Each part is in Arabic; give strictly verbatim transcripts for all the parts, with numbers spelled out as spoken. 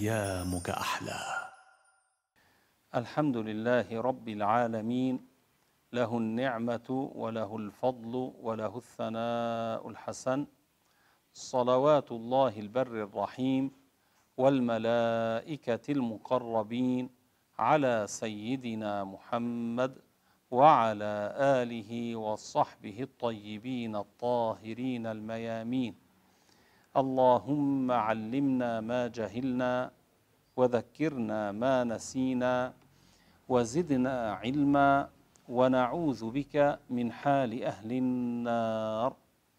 أيامك أحلى. الحمد لله رب العالمين، له النعمة وله الفضل وله الثناء الحسن، صلوات الله البر الرحيم والملائكة المقربين على سيدنا محمد وعلى آله وصحبه الطيبين الطاهرين الميامين. اللهم علمنا ما جهلنا وذكرنا ما نسينا وزدنا علما ونعوذ بك من حال أهل النار.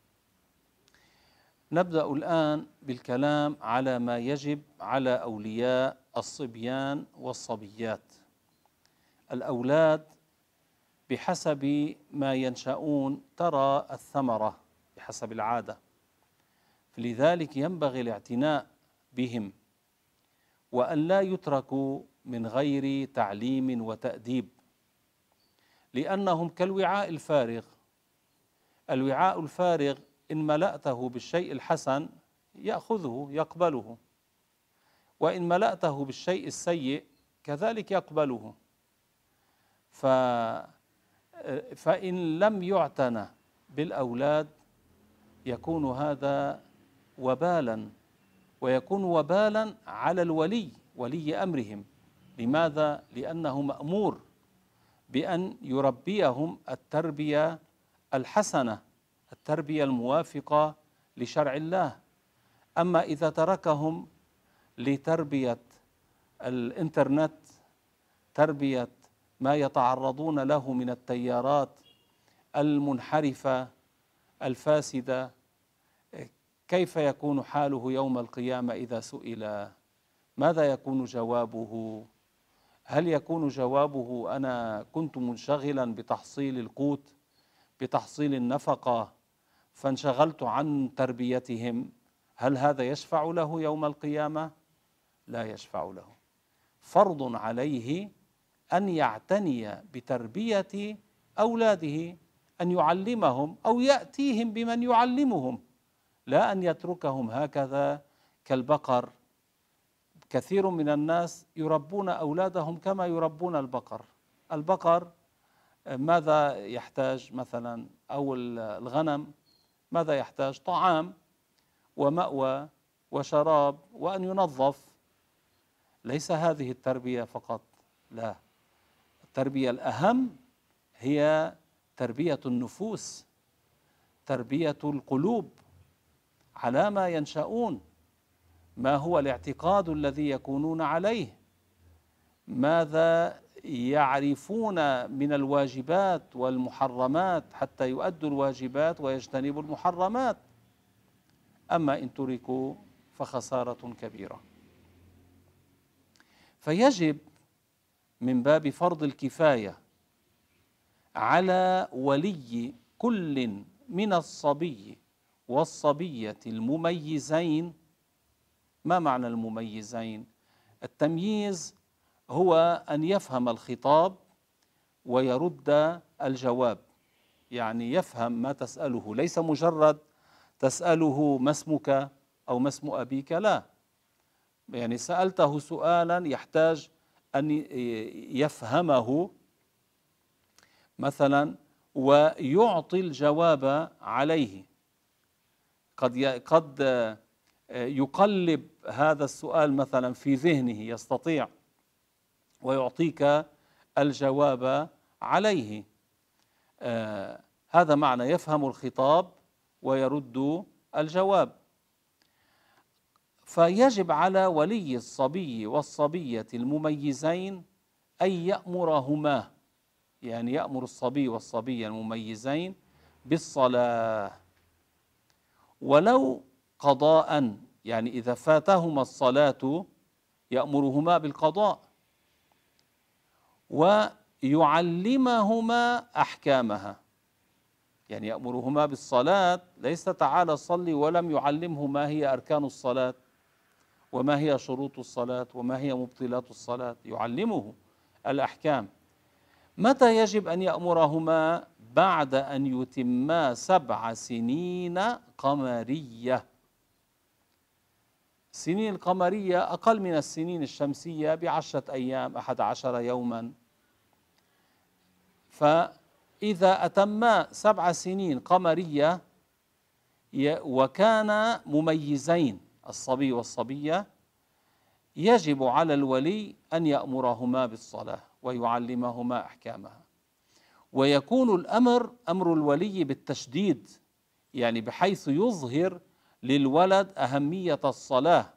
نبدأ الآن بالكلام على ما يجب على أولياء الصبيان والصبيات. الأولاد بحسب ما ينشأون ترى الثمرة بحسب العادة، لذلك ينبغي الاعتناء بهم وأن لا يتركوا من غير تعليم وتأديب، لأنهم كالوعاء الفارغ. الوعاء الفارغ إن ملأته بالشيء الحسن يأخذه يقبله، وإن ملأته بالشيء السيء كذلك يقبله. ف... فإن لم يعتنى بالأولاد يكون هذا وبالا، ويكون وبالا على الولي ولي أمرهم. لماذا؟ لأنه مأمور بأن يربيهم التربية الحسنة، التربية الموافقة لشرع الله. أما إذا تركهم لتربية الإنترنت، تربية ما يتعرضون له من التيارات المنحرفة الفاسدة، كيف يكون حاله يوم القيامة إذا سئل؟ ماذا يكون جوابه؟ هل يكون جوابه أنا كنت منشغلا بتحصيل القوت، بتحصيل النفقة، فانشغلت عن تربيتهم؟ هل هذا يشفع له يوم القيامة؟ لا يشفع له. فرض عليه أن يعتني بتربية أولاده، أن يعلمهم أو يأتيهم بمن يعلمهم، لا أن يتركهم هكذا كالبقر. كثير من الناس يربون أولادهم كما يربون البقر. البقر ماذا يحتاج مثلا؟ أو الغنم ماذا يحتاج؟ طعام ومأوى وشراب وأن ينظف. ليس هذه التربية فقط، لا، التربية الأهم هي تربية النفوس، تربية القلوب، على ما ينشأون، ما هو الاعتقاد الذي يكونون عليه، ماذا يعرفون من الواجبات والمحرمات حتى يؤدوا الواجبات ويجتنبوا المحرمات. أما إن تركوا فخسارة كبيرة. فيجب من باب فرض الكفاية على ولي كل من الصبي والصبية المميزين. ما معنى المميزين؟ التمييز هو أن يفهم الخطاب ويرد الجواب، يعني يفهم ما تسأله، ليس مجرد تسأله ما اسمك أو ما اسم أبيك، لا، يعني سألته سؤالا يحتاج أن يفهمه مثلا ويعطي الجواب عليه. قد قد يقلب هذا السؤال مثلا في ذهنه، يستطيع ويعطيك الجواب عليه. آه هذا معنى يفهم الخطاب ويرد الجواب. فيجب على ولي الصبي والصبية المميزين أن يأمرهما، يعني يأمر الصبي والصبية المميزين بالصلاة ولو قضاء، يعني إذا فاتهما الصلاة يأمرهما بالقضاء، ويعلمهما أحكامها. يعني يأمرهما بالصلاة، ليس تعالى صلي ولم يعلمه ما هي أركان الصلاة وما هي شروط الصلاة وما هي مبطلات الصلاة، يعلمه الأحكام. متى يجب أن يأمرهما؟ بعد أن يتما سبع سنين قمرية. السنين القمرية أقل من السنين الشمسية بعشرة أيام، أحد عشر يوما. فإذا أتما سبع سنين قمرية وكان مميزين الصبي والصبية، يجب على الولي أن يأمرهما بالصلاة ويعلمهما أحكامها، ويكون الأمر أمر الولي بالتشديد، يعني بحيث يظهر للولد أهمية الصلاة.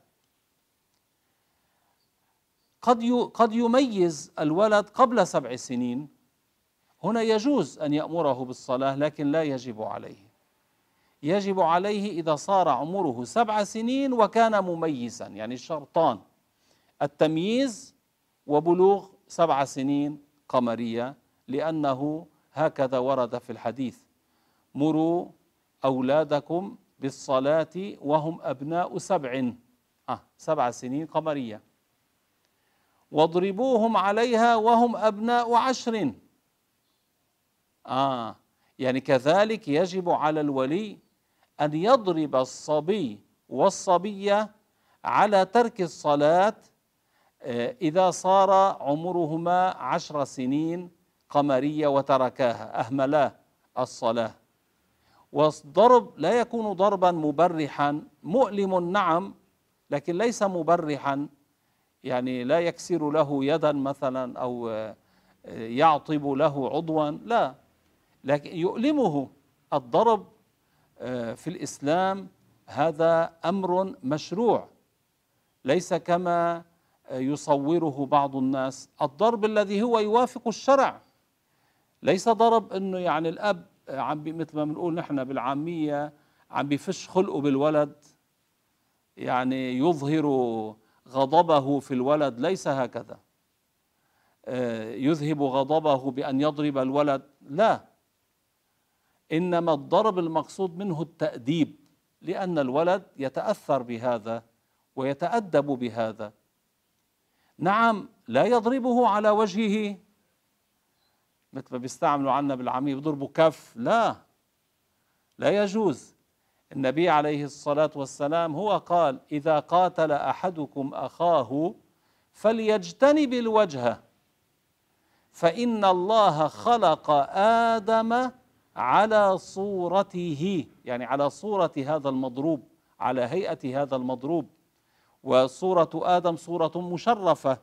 قد قد يميز الولد قبل سبع سنين، هنا يجوز أن يأمره بالصلاة لكن لا يجب عليه. يجب عليه إذا صار عمره سبع سنين وكان مميزا، يعني شرطان: التمييز وبلوغ سبع سنين قمرية، لأنه هكذا ورد في الحديث: مروا أولادكم بالصلاة وهم أبناء سبع، آه سبع سنين قمرية، واضربوهم عليها وهم أبناء عشر. آه يعني كذلك يجب على الولي أن يضرب الصبي والصبية على ترك الصلاة إذا صار عمرهما عشر سنين قمرية وتركاها، أهملا الصلاة. والضرب لا يكون ضربا مبرحا، مؤلم نعم لكن ليس مبرحا، يعني لا يكسر له يدا مثلا أو يعطب له عضوا، لا، لكن يؤلمه. الضرب في الإسلام هذا أمر مشروع، ليس كما يصوره بعض الناس، الضرب الذي هو يوافق الشرع، ليس ضرب انه يعني الاب عم مثل ما بنقول نحن بالعاميه عم بفش خلقه بالولد، يعني يظهر غضبه في الولد، ليس هكذا، يذهب غضبه بأن يضرب الولد، لا، إنما الضرب المقصود منه التأديب، لأن الولد يتأثر بهذا ويتأدب بهذا. نعم لا يضربه على وجهه مثل ما بيستعملوا عنا بالعامية بيضربوا كف، لا، لا يجوز. النبي عليه الصلاة والسلام هو قال: إذا قاتل أحدكم أخاه فليجتنب الوجه، فإن الله خلق آدم على صورته، يعني على صورة هذا المضروب، على هيئة هذا المضروب، وصورة آدم صورة مشرفة.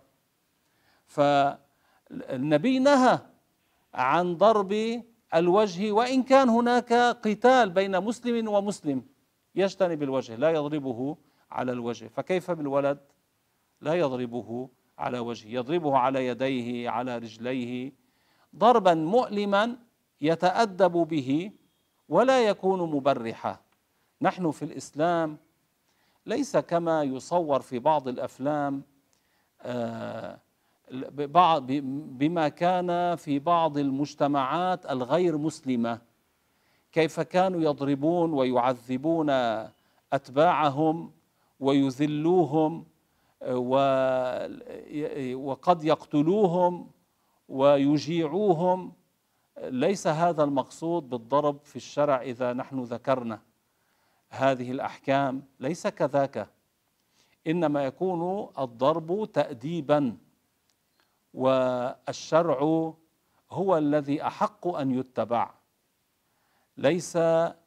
فالنبي نهى عن ضرب الوجه، وإن كان هناك قتال بين مسلم ومسلم يجتنب الوجه، لا يضربه على الوجه. فكيف بالولد؟ لا يضربه على وجهه، يضربه على يديه، على رجليه، ضربا مؤلما يتأدب به ولا يكون مبرحا. نحن في الإسلام ليس كما يصور في بعض الأفلام بما كان في بعض المجتمعات الغير مسلمة، كيف كانوا يضربون ويعذبون أتباعهم ويذلوهم وقد يقتلوهم ويجيعوهم. ليس هذا المقصود بالضرب في الشرع. إذا نحن ذكرنا هذه الأحكام ليس كذاك، إنما يكون الضرب تأديبا، والشرع هو الذي أحق أن يتبع، ليس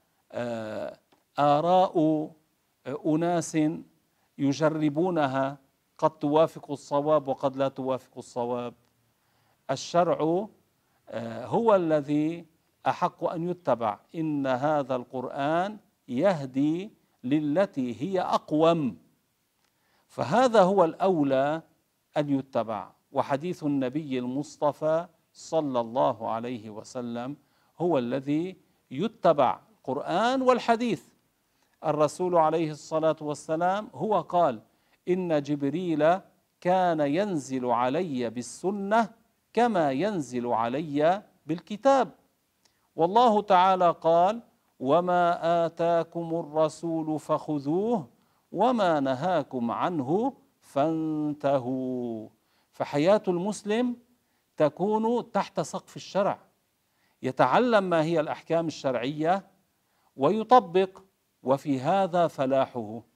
آراء أناس يجربونها قد توافق الصواب وقد لا توافق الصواب. الشرع هو الذي أحق أن يتبع. إن هذا القرآن يهدي للتي هي أقوم، فهذا هو الأولى أن يتبع. وحديث النبي المصطفى صلى الله عليه وسلم هو الذي يتبع، القرآن والحديث. الرسول عليه الصلاة والسلام هو قال: إن جبريل كان ينزل علي بالسنة كما ينزل علي بالكتاب. والله تعالى قال: وما آتاكم الرسول فخذوه وما نهاكم عنه فانتهوا. فحياة المسلم تكون تحت سقف الشرع، يتعلم ما هي الأحكام الشرعية ويطبق، وفي هذا فلاحه.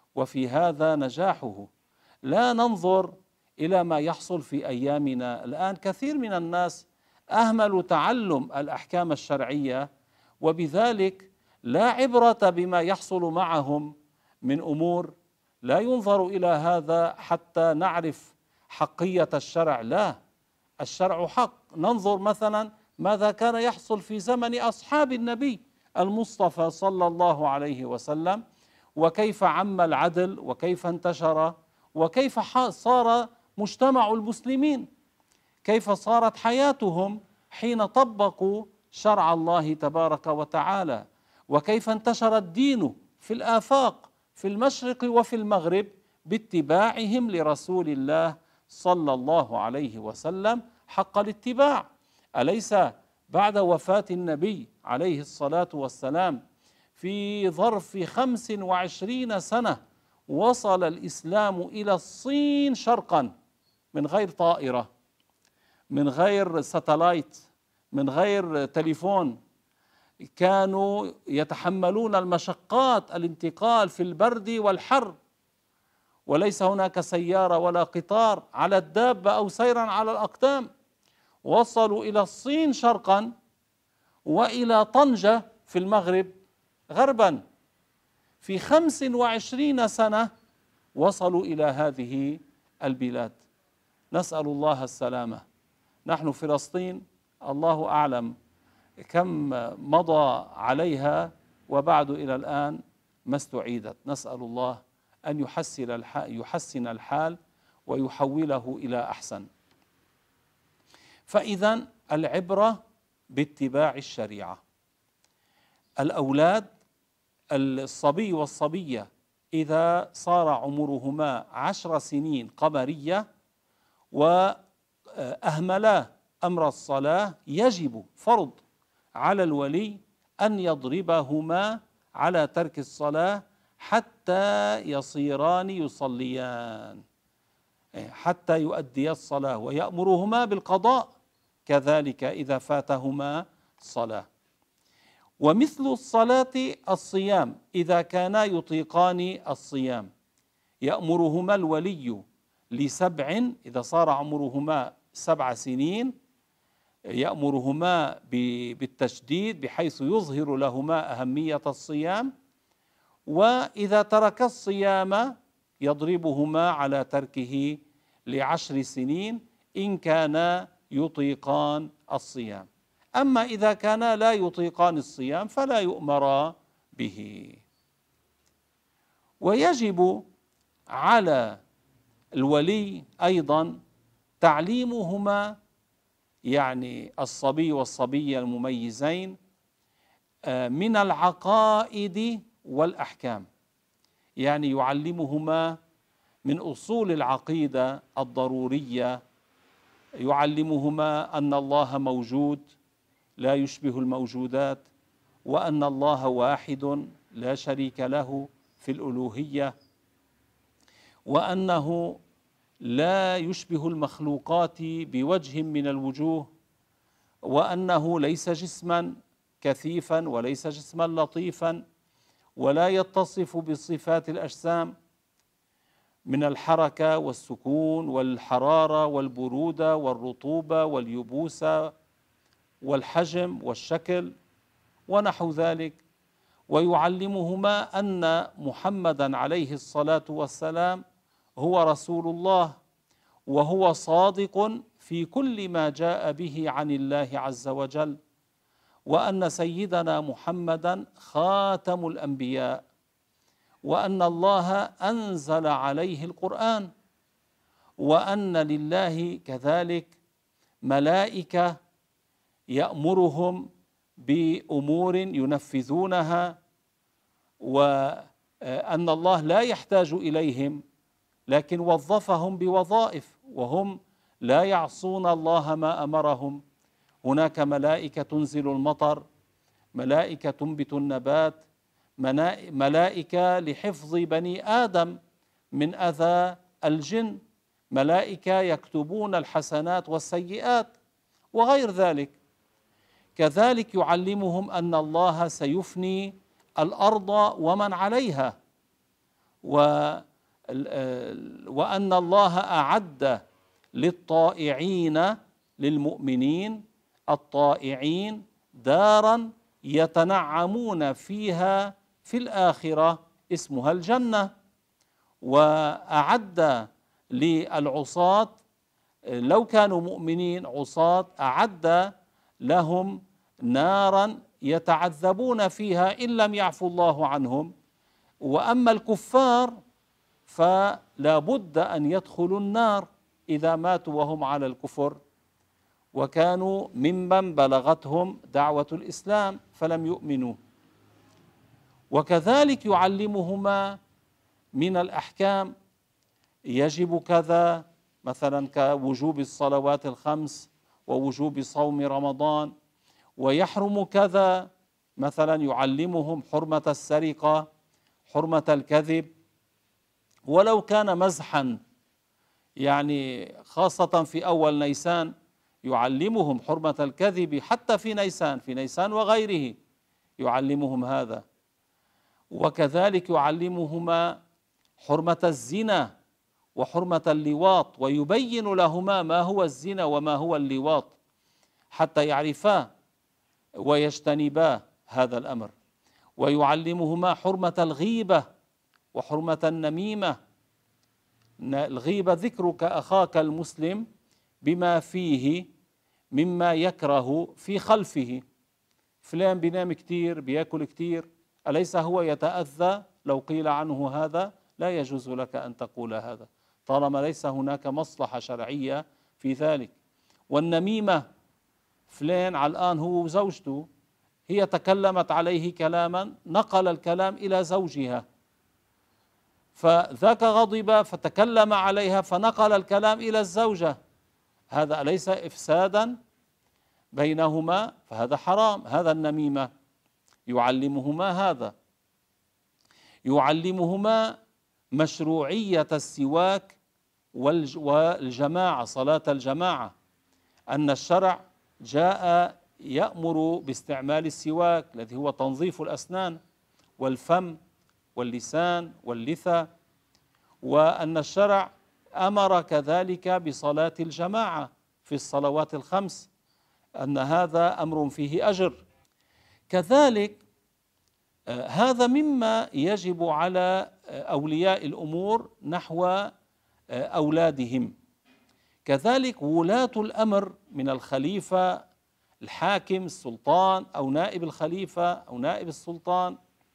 وفي هذا نجاحه. لا ننظر إلى ما يحصل في أيامنا الآن. كثير من الناس أهملوا تعلم الأحكام الشرعية، وبذلك لا عبرة بما يحصل معهم من أمور. لا ينظر إلى هذا حتى نعرف حقية الشرع، لا، الشرع حق. ننظر مثلا ماذا كان يحصل في زمن أصحاب النبي المصطفى صلى الله عليه وسلم، وكيف عم العدل، وكيف انتشر، وكيف صار مجتمع المسلمين، كيف صارت حياتهم حين طبقوا شرع الله تبارك وتعالى، وكيف انتشر الدين في الآفاق في المشرق وفي المغرب باتباعهم لرسول الله صلى الله عليه وسلم حق الاتباع. أليس بعد وفاة النبي عليه الصلاة والسلام في ظرف خمس وعشرين سنة وصل الإسلام إلى الصين شرقا من غير طائرة، من غير ساتلايت، من غير تليفون؟ كانوا يتحملون المشقات، الانتقال في البرد والحر، وليس هناك سيارة ولا قطار، على الدابة أو سيرا على الأقدام. وصلوا إلى الصين شرقا وإلى طنجة في المغرب غربا. في خمس وعشرين سنة وصلوا إلى هذه البلاد. نسأل الله السلامة. نحن فلسطين الله أعلم كم مضى عليها وبعد إلى الآن ما استعيدت. نسأل الله أن يحسن الحال, يحسن الحال ويحوله إلى أحسن. فإذا العبرة باتباع الشريعة. الأولاد، الصبي والصبية إذا صار عمرهما عشر سنين قمرية وأهملا أمر الصلاة، يجب فرض على الولي أن يضربهما على ترك الصلاة حتى يصيران يصليان، حتى يؤديا الصلاة، ويأمرهما بالقضاء كذلك إذا فاتهما صلاة. ومثل الصلاة الصيام إذا كانا يطيقان الصيام، يأمرهما الولي لسبع، إذا صار عمرهما سبع سنين يأمرهما بالتشديد بحيث يظهر لهما أهمية الصيام، وإذا ترك الصيام يضربهما على تركه لعشر سنين إن كانا يطيقان الصيام. أما إذا كانا لا يطيقان الصيام فلا يؤمرا به. ويجب على الولي أيضا تعليمهما، يعني الصبي والصبية المميزين، من العقائد والأحكام، يعني يعلمهما من أصول العقيدة الضرورية، يعلمهما أن الله موجود لا يشبه الموجودات، وأن الله واحد لا شريك له في الألوهية، وأنه لا يشبه المخلوقات بوجه من الوجوه، وأنه ليس جسما كثيفا وليس جسما لطيفا، ولا يتصف بصفات الأجسام من الحركة والسكون والحرارة والبرودة والرطوبة واليبوسة والحجم والشكل ونحو ذلك. ويعلمهما أن محمدا عليه الصلاة والسلام هو رسول الله، وهو صادق في كل ما جاء به عن الله عز وجل، وأن سيدنا محمدا خاتم الأنبياء، وأن الله أنزل عليه القرآن، وأن لله كذلك ملائكة يأمرهم بأمور ينفذونها، وأن الله لا يحتاج إليهم لكن وظفهم بوظائف وهم لا يعصون الله ما أمرهم. هناك ملائكة تنزل المطر، ملائكة تنبت النبات، ملائكة لحفظ بني آدم من أذى الجن، ملائكة يكتبون الحسنات والسيئات وغير ذلك. كذلك يعلمهم أن الله سيفني الأرض ومن عليها، وأن الله أعد للطائعين للمؤمنين الطائعين دارا يتنعمون فيها في الآخرة اسمها الجنة، وأعد للعصاة لو كانوا مؤمنين عصاة أعد لهم نارا يتعذبون فيها إن لم يعفو الله عنهم. وأما الكفار فلا بد أن يدخلوا النار إذا ماتوا وهم على الكفر وكانوا ممن بلغتهم دعوة الإسلام فلم يؤمنوا. وكذلك يعلمهما من الأحكام، يجب كذا مثلا كوجوب الصلوات الخمس ووجوب صوم رمضان، ويحرم كذا مثلا يعلمهم حرمة السرقة، حرمة الكذب، ولو كان مزحا، يعني خاصة في أول نيسان يعلمهم حرمة الكذب حتى في نيسان في نيسان وغيره يعلمهم هذا. وكذلك يعلمهما حرمة الزنا وحرمة اللواط، ويبين لهما ما هو الزنا وما هو اللواط حتى يعرفا ويجتنبا هذا الأمر. ويعلمهما حرمة الغيبة وحرمة النميمة. الغيبة ذكرك أخاك المسلم بما فيه مما يكره في خلفه، فلان بينام كتير بيأكل كتير، أليس هو يتأذى لو قيل عنه هذا؟ لا يجوز لك أن تقول هذا طالما ليس هناك مصلحة شرعية في ذلك. والنميمة، فلان علقان هو وزوجته، هي تكلمت عليه كلاما نقل الكلام إلى زوجها، فذاك غضب فتكلم عليها فنقل الكلام إلى الزوجة، هذا أليس إفسادا بينهما؟ فهذا حرام، هذا النميمة. يعلمهما هذا. يعلمهما مشروعية السواك والجماعة، صلاة الجماعة، أن الشرع جاء يأمر باستعمال السواك الذي هو تنظيف الأسنان والفم واللسان واللثة، وأن الشرع أمر كذلك بصلاة الجماعة في الصلوات الخمس، أن هذا أمر فيه أجر. كذلك هذا مما يجب على أولياء الأمور نحو أولادهم. كذلك ولاة الأمر من الخليفة، الحاكم، السلطان أو نائب الخليفة أو نائب السلطان،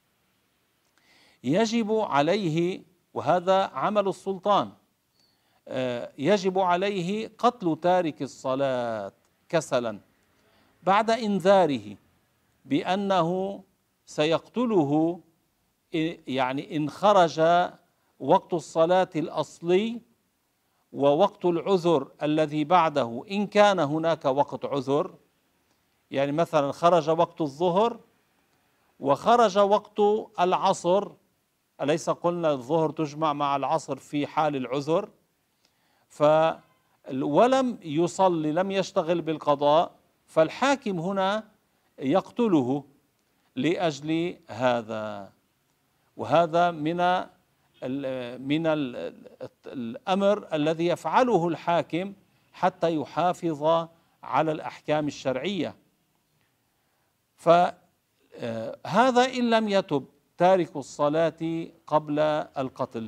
يجب عليه، وهذا عمل السلطان، يجب عليه قتل تارك الصلاة كسلا بعد إنذاره بأنه سيقتله، يعني إن خرج وقت الصلاة الأصلي ووقت العذر الذي بعده، إن كان هناك وقت عذر، يعني مثلا خرج وقت الظهر وخرج وقت العصر، أليس قلنا الظهر تجمع مع العصر في حال العذر، ف ولم يصلي، لم يشتغل بالقضاء، فالحاكم هنا يقتله لأجل هذا. وهذا من من الأمر الذي يفعله الحاكم حتى يحافظ على الأحكام الشرعية. فهذا إن لم يتب تارك الصلاة قبل القتل،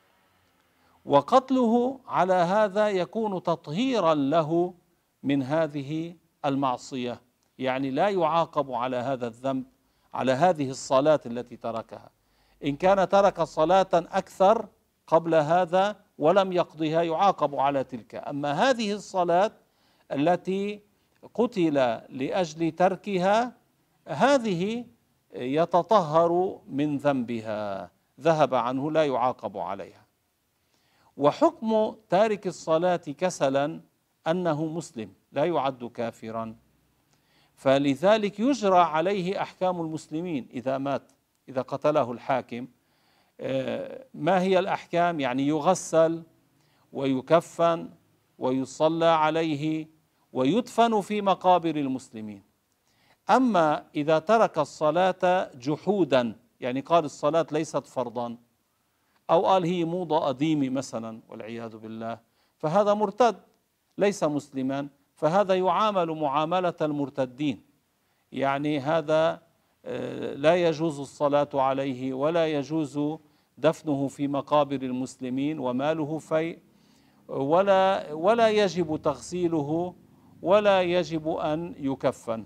وقتله على هذا يكون تطهيرا له من هذه المعصية، يعني لا يعاقب على هذا الذنب، على هذه الصلاة التي تركها. إن كان ترك صلاة أكثر قبل هذا ولم يقضيها يعاقب على تلك، أما هذه الصلاة التي قتل لأجل تركها هذه يتطهر من ذنبها، ذهب عنه، لا يعاقب عليها. وحكم تارك الصلاة كسلا أنه مسلم لا يعد كافرا، فلذلك يجرى عليه أحكام المسلمين إذا مات، إذا قتله الحاكم. ما هي الأحكام؟ يعني يغسل ويكفن ويصلى عليه ويدفن في مقابر المسلمين. أما إذا ترك الصلاة جحودا، يعني قال الصلاة ليست فرضا، أو قال هي موضة قديمة مثلا والعياذ بالله، فهذا مرتد ليس مسلما، فهذا يعامل معاملة المرتدين. يعني هذا لا يجوز الصلاة عليه ولا يجوز دفنه في مقابر المسلمين وماله فيء، ولا ولا يجب تغسيله ولا يجب أن يكفن.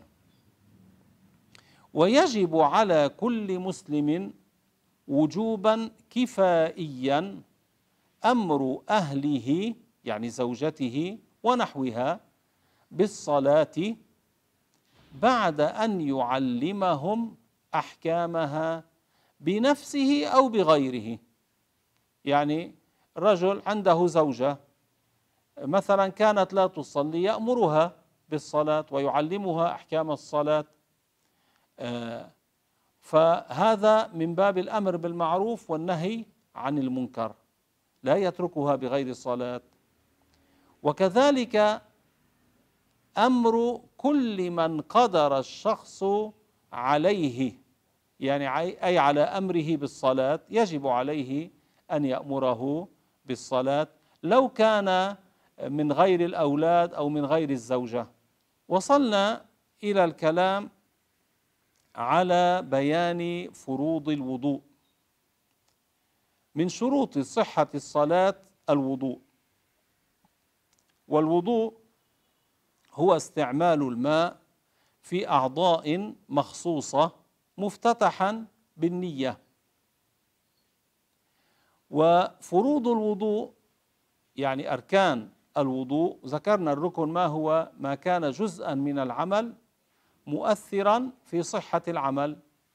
ويجب على كل مسلم وجوبا كفائيا أمر أهله يعني زوجته ونحوها بالصلاة بعد أن يعلمهم أحكامها بنفسه أو بغيره. يعني رجل عنده زوجة مثلا كانت لا تصلي، يأمرها بالصلاة ويعلمها أحكام الصلاة، فهذا من باب الأمر بالمعروف والنهي عن المنكر، لا يتركها بغير صلاة. وكذلك أمر كل من قدر الشخص عليه، يعني أي على أمره بالصلاة، يجب عليه أن يأمره بالصلاة لو كان من غير الأولاد أو من غير الزوجة. وصلنا إلى الكلام على بيان فروض الوضوء. من شروط صحة الصلاة الوضوء، والوضوء هو استعمال الماء في أعضاء مخصوصة مفتتحا بالنية. وفروض الوضوء يعني أركان الوضوء، ذكرنا الركن ما هو ما كان جزءا من العمل مؤثرا في صحة العمل.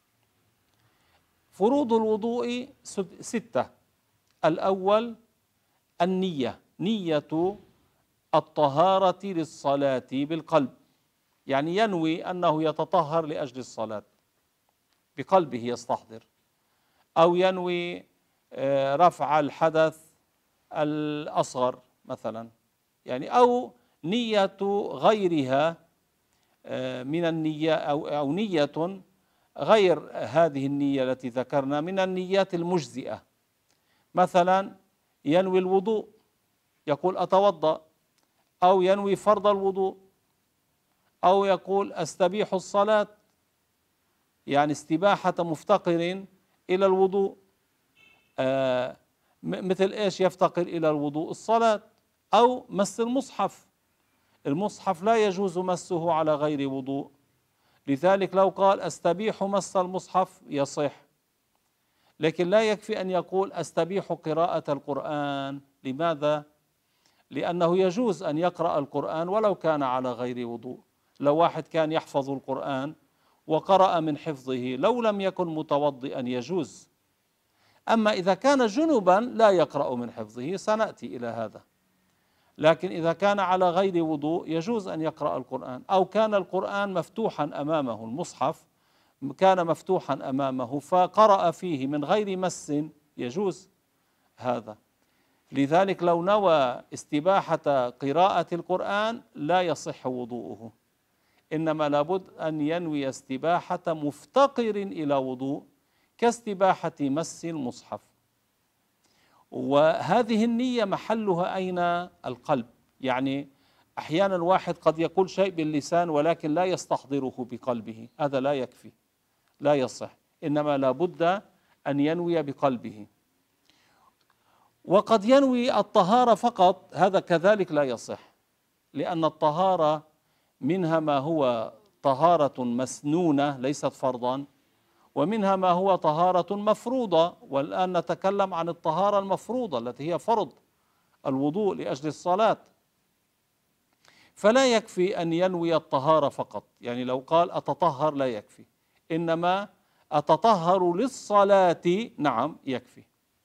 فروض الوضوء ستة. الأول النية، نية الطهارة للصلاة بالقلب، يعني ينوي أنه يتطهر لأجل الصلاة بقلبه يستحضر، أو ينوي رفع الحدث الأصغر مثلا، يعني أو نية غيرها من النية أو أو نية غير هذه النية التي ذكرنا من النيات المجزئة. مثلا ينوي الوضوء يقول أتوضأ، أو ينوي فرض الوضوء، أو يقول أستبيح الصلاة، يعني استباحة مفتقر إلى الوضوء. آه مثل إيش يفتقر إلى الوضوء؟ الصلاة، أو مس المصحف. المصحف لا يجوز مسه على غير وضوء، لذلك لو قال أستبيح مس المصحف يصح، لكن لا يكفي أن يقول أستبيح قراءة القرآن. لماذا؟ لأنه يجوز أن يقرأ القرآن ولو كان على غير وضوء. لو واحد كان يحفظ القرآن وقرأ من حفظه لو لم يكن متوضئا يجوز. أما إذا كان جنبا لا يقرأ من حفظه، سنأتي إلى هذا. لكن إذا كان على غير وضوء يجوز أن يقرأ القرآن، أو كان القرآن مفتوحا أمامه، المصحف كان مفتوحا أمامه فقرأ فيه من غير مس، يجوز هذا. لذلك لو نوى استباحة قراءة القرآن لا يصح وضوءه، إنما لابد أن ينوي استباحة مفتقر إلى وضوء كاستباحة مس المصحف. وهذه النية محلها أين؟ القلب. يعني أحيانا الواحد قد يقول شيء باللسان ولكن لا يستحضره بقلبه، هذا لا يكفي، لا يصح، إنما لابد أن ينوي بقلبه. وقد ينوي الطهارة فقط، هذا كذلك لا يصح، لأن الطهارة منها ما هو طهارة مسنونة ليست فرضا، ومنها ما هو طهارة مفروضة، والآن نتكلم عن الطهارة المفروضة التي هي فرض الوضوء لأجل الصلاة. فلا يكفي أن ينوي الطهارة فقط، يعني لو قال أتطهر لا يكفي، إنما أتطهر للصلاة نعم يكفي.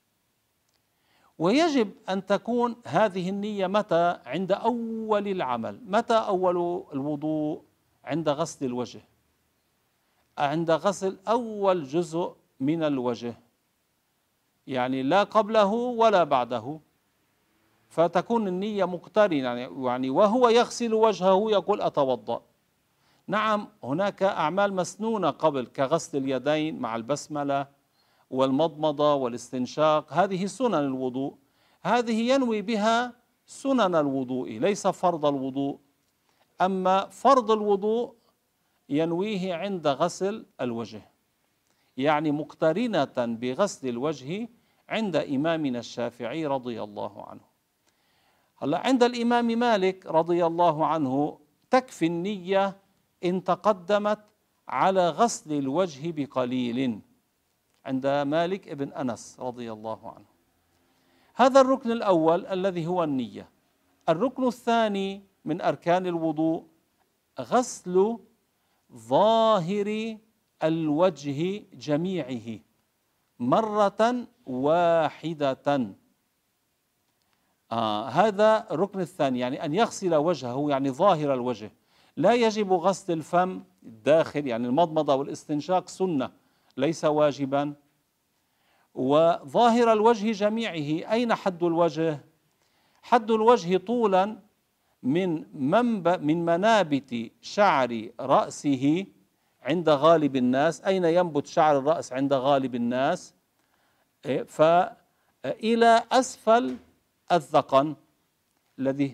ويجب أن تكون هذه النية متى؟ عند أول العمل. متى أول الوضوء؟ عند غسل الوجه، عند غسل أول جزء من الوجه، يعني لا قبله ولا بعده، فتكون النية مقترنة، يعني وهو يغسل وجهه يقول أتوضأ. نعم هناك أعمال مسنونة قبل كغسل اليدين مع البسملة والمضمضة والاستنشاق، هذه سنن الوضوء، هذه ينوي بها سنن الوضوء ليس فرض الوضوء. أما فرض الوضوء ينويه عند غسل الوجه، يعني مقترنة بغسل الوجه عند إمامنا الشافعي رضي الله عنه. هلا عند الإمام مالك رضي الله عنه تكفي النية إن تقدمت على غسل الوجه بقليل، عند مالك ابن أنس رضي الله عنه. هذا الركن الأول الذي هو النية. الركن الثاني من أركان الوضوء غسل ظاهر الوجه جميعه مرة واحدة. آه هذا الركن الثاني، يعني أن يغسل وجهه، يعني ظاهر الوجه. لا يجب غسل الفم الداخل، يعني المضمضة والاستنشاق سنة ليس واجبا. وظاهر الوجه جميعه، أين حد الوجه؟ حد الوجه طولا من منب من منابت شعر رأسه عند غالب الناس. أين ينبت شعر الرأس عند غالب الناس؟ فإلى أسفل الذقن الذي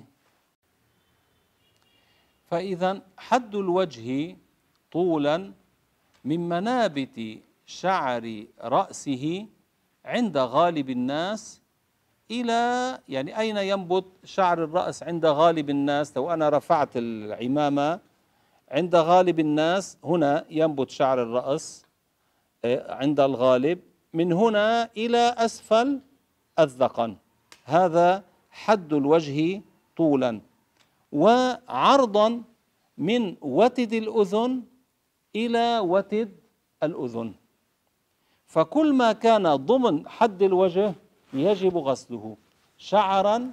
فإذا حد الوجه طولا من منابت شعر رأسه عند غالب الناس إلى، يعني أين ينبت شعر الرأس عند غالب الناس؟ لو أنا رفعت العمامة عند غالب الناس هنا ينبت شعر الرأس عند الغالب، من هنا إلى أسفل الذقن، هذا حد الوجه طولا. وعرضا من وتد الأذن إلى وتد الأذن، فكل ما كان ضمن حد الوجه يجب غسله شعرا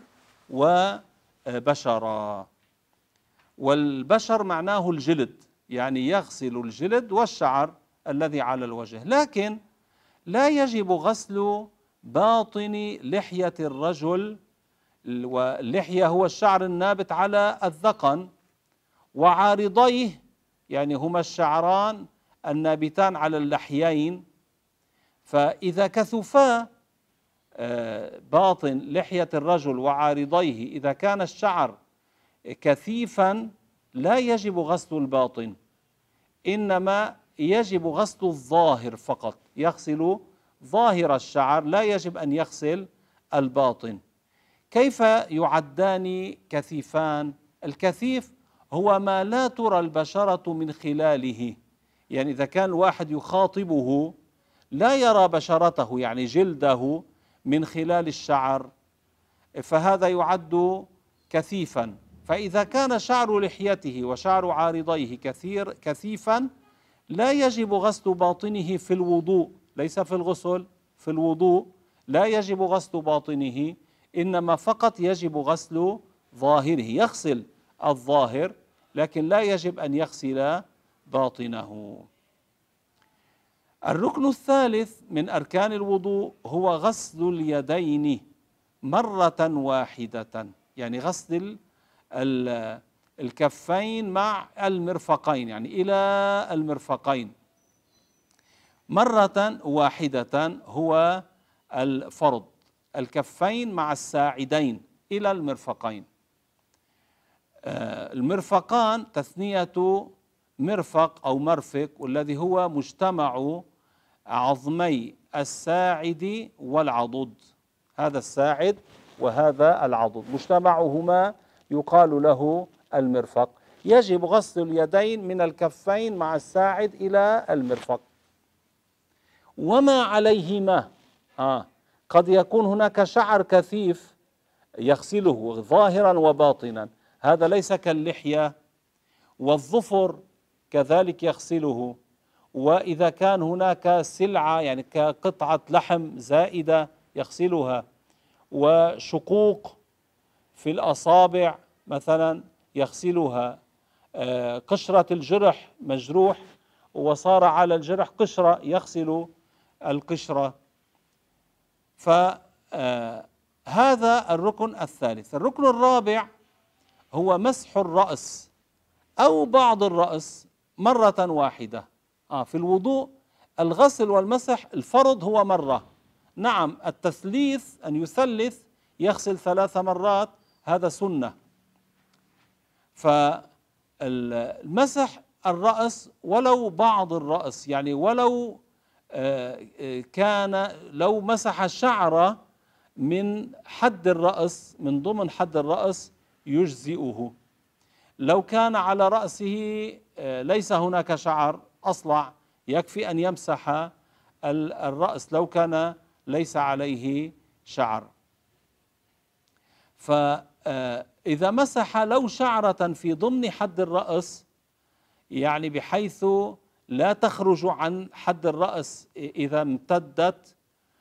وبشرا. والبشر معناه الجلد، يعني يغسل الجلد والشعر الذي على الوجه. لكن لا يجب غسل باطن لحية الرجل، واللحية هو الشعر النابت على الذقن، وعارضيه، يعني هما الشعران النابتان على اللحيين. فإذا كثفا باطن لحية الرجل وعارضيه، إذا كان الشعر كثيفا لا يجب غسل الباطن، إنما يجب غسل الظاهر فقط، يغسل ظاهر الشعر، لا يجب أن يغسل الباطن. كيف يعدان كثيفان؟ الكثيف هو ما لا ترى البشرة من خلاله، يعني إذا كان الواحد يخاطبه لا يرى بشرته، يعني جلده من خلال الشعر، فهذا يعد كثيفا. فإذا كان شعر لحيته وشعر عارضيه كثير كثيفا لا يجب غسل باطنه في الوضوء، ليس في الغسل، في الوضوء لا يجب غسل باطنه، إنما فقط يجب غسل ظاهره، يغسل الظاهر لكن لا يجب أن يغسل باطنه. الركن الثالث من أركان الوضوء هو غسل اليدين مرة واحدة، يعني غسل الكفين مع المرفقين، يعني إلى المرفقين مرة واحدة هو الفرض، الكفين مع الساعدين إلى المرفقين. المرفقان تثنية مرفق أو مرفق، والذي هو مجتمع عظمي الساعد والعضد، هذا الساعد وهذا العضد مجتمعهما يقال له المرفق. يجب غسل اليدين من الكفين مع الساعد إلى المرفق وما عليهما. آه قد يكون هناك شعر كثيف يغسله ظاهرا وباطنا، هذا ليس كاللحية. والظفر كذلك يغسله. وإذا كان هناك سلعة يعني كقطعة لحم زائدة يغسلها. وشقوق في الأصابع مثلا يغسلها. قشرة الجرح، مجروح وصار على الجرح قشرة يغسل القشرة. فهذا الركن الثالث. الركن الرابع هو مسح الرأس أو بعض الرأس مرة واحدة. آه في الوضوء الغسل والمسح الفرض هو مرة. نعم التثليث أن يثلث يغسل ثلاث مرات هذا سنة. فالمسح الرأس ولو بعض الرأس، يعني ولو كان لو مسح شعرة من حد الرأس، من ضمن حد الرأس يجزئه. لو كان على رأسه ليس هناك شعر أصلع يكفي أن يمسح الرأس لو كان ليس عليه شعر. فإذا مسح لو شعرة في ضمن حد الرأس، يعني بحيث لا تخرج عن حد الرأس إذا امتدت،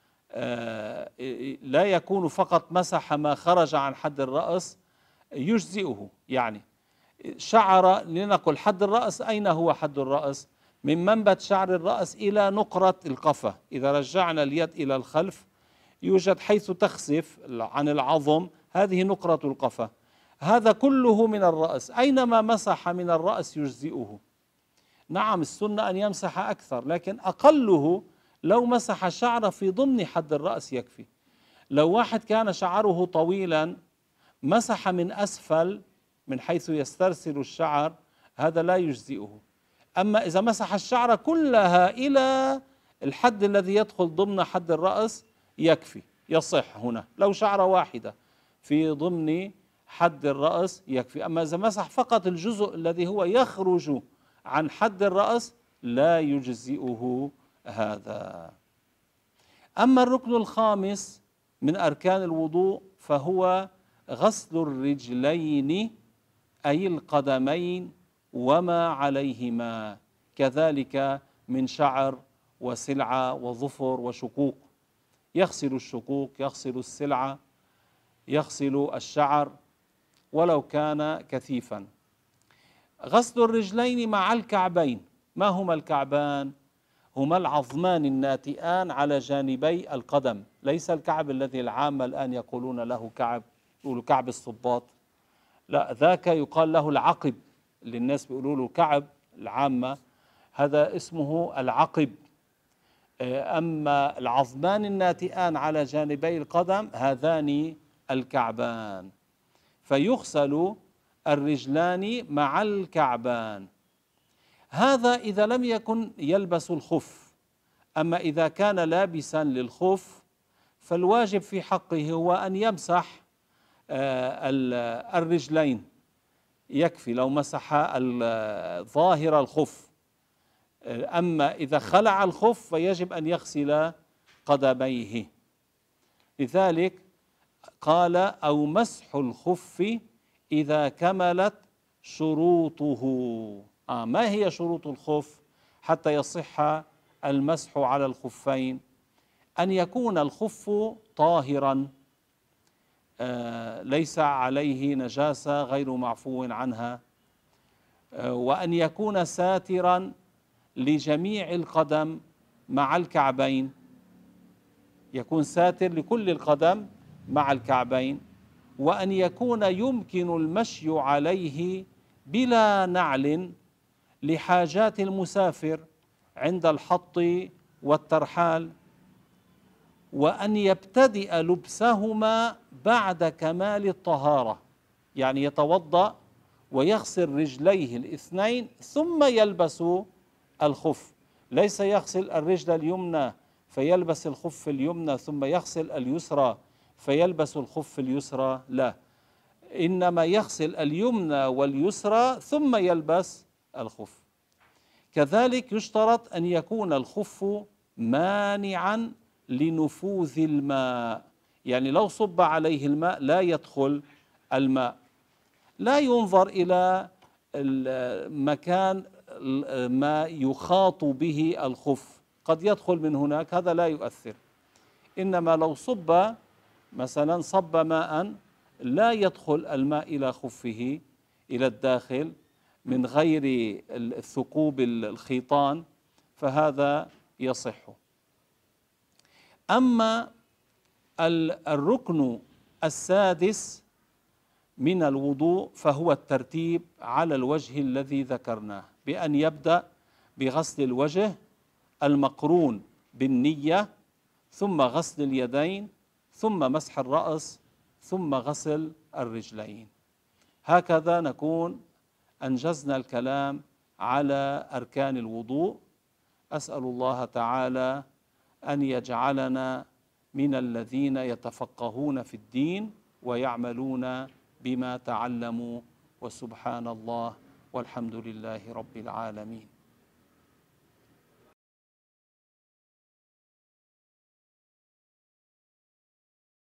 لا يكون فقط مسح ما خرج عن حد الرأس يجزئه. يعني شعر، لنقل حد الرأس، أين هو حد الرأس؟ من منبت شعر الرأس إلى نقرة القفا، إذا رجعنا اليد إلى الخلف يوجد حيث تخسف عن العظم، هذه نقرة القفا، هذا كله من الرأس، أينما مسح من الرأس يجزئه. نعم السنة أن يمسح أكثر، لكن أقله لو مسح شعر في ضمن حد الرأس يكفي. لو واحد كان شعره طويلا مسح من أسفل من حيث يسترسل الشعر هذا لا يجزئه. أما إذا مسح الشعر كلها إلى الحد الذي يدخل ضمن حد الرأس يكفي، يصح هنا. لو شعرة واحدة في ضمن حد الرأس يكفي. أما إذا مسح فقط الجزء الذي هو يخرج عن حد الرأس لا يجزئه هذا. أما الركن الخامس من أركان الوضوء فهو غسل الرجلين أي القدمين وما عليهما، كذلك من شعر وسلعة وظفر وشقوق. يغسل الشقوق، يغسل السلعة، يغسل الشعر ولو كان كثيفا. غسل الرجلين مع الكعبين. ما هما الكعبان؟ هما العظمان الناتئان على جانبي القدم، ليس الكعب الذي العامة الآن يقولون له كعب، يقولوا كعب الصباط، لا، ذاك يقال له العقب، اللي الناس بيقولوا له كعب العامة، هذا اسمه العقب. أما العظمان الناتئان على جانبي القدم هذان الكعبان. فيغسل الرجلان مع الكعبان، هذا إذا لم يكن يلبس الخف. أما إذا كان لابسا للخف فالواجب في حقه هو أن يمسح الرجلين، يكفي لو مسح ظاهر الخف. أما إذا خلع الخف فيجب أن يغسل قدميه. لذلك قال أو مسح الخف إذا كملت شروطه. آه ما هي شروط الخف حتى يصح المسح على الخفين؟ أن يكون الخف طاهرا، آه ليس عليه نجاسة غير معفو عنها، آه وأن يكون ساترا لجميع القدم مع الكعبين، يكون ساتر لكل القدم مع الكعبين، وأن يكون يمكن المشي عليه بلا نعل لحاجات المسافر عند الحط والترحال، وأن يبتدئ لبسهما بعد كمال الطهارة، يعني يتوضأ ويغسل رجليه الاثنين ثم يلبس الخف، ليس يغسل الرجل اليمنى فيلبس الخف اليمنى ثم يغسل اليسرى فيلبس الخف اليسرى، لا، إنما يغسل اليمنى واليسرى ثم يلبس الخف. كذلك يشترط أن يكون الخف مانعا لنفوذ الماء، يعني لو صب عليه الماء لا يدخل الماء. لا ينظر إلى المكان ما يخاط به الخف، قد يدخل من هناك، هذا لا يؤثر. إنما لو صب مثلا صب ماء لا يدخل الماء إلى خفه إلى الداخل من غير الثقوب الخيطان فهذا يصح. أما الركن السادس من الوضوء فهو الترتيب على الوجه الذي ذكرناه، بأن يبدأ بغسل الوجه المقرون بالنية، ثم غسل اليدين، ثم مسح الرأس، ثم غسل الرجلين. هكذا نكون أنجزنا الكلام على أركان الوضوء. أسأل الله تعالى أن يجعلنا من الذين يتفقهون في الدين ويعملون بما تعلموا، وسبحان الله والحمد لله رب العالمين.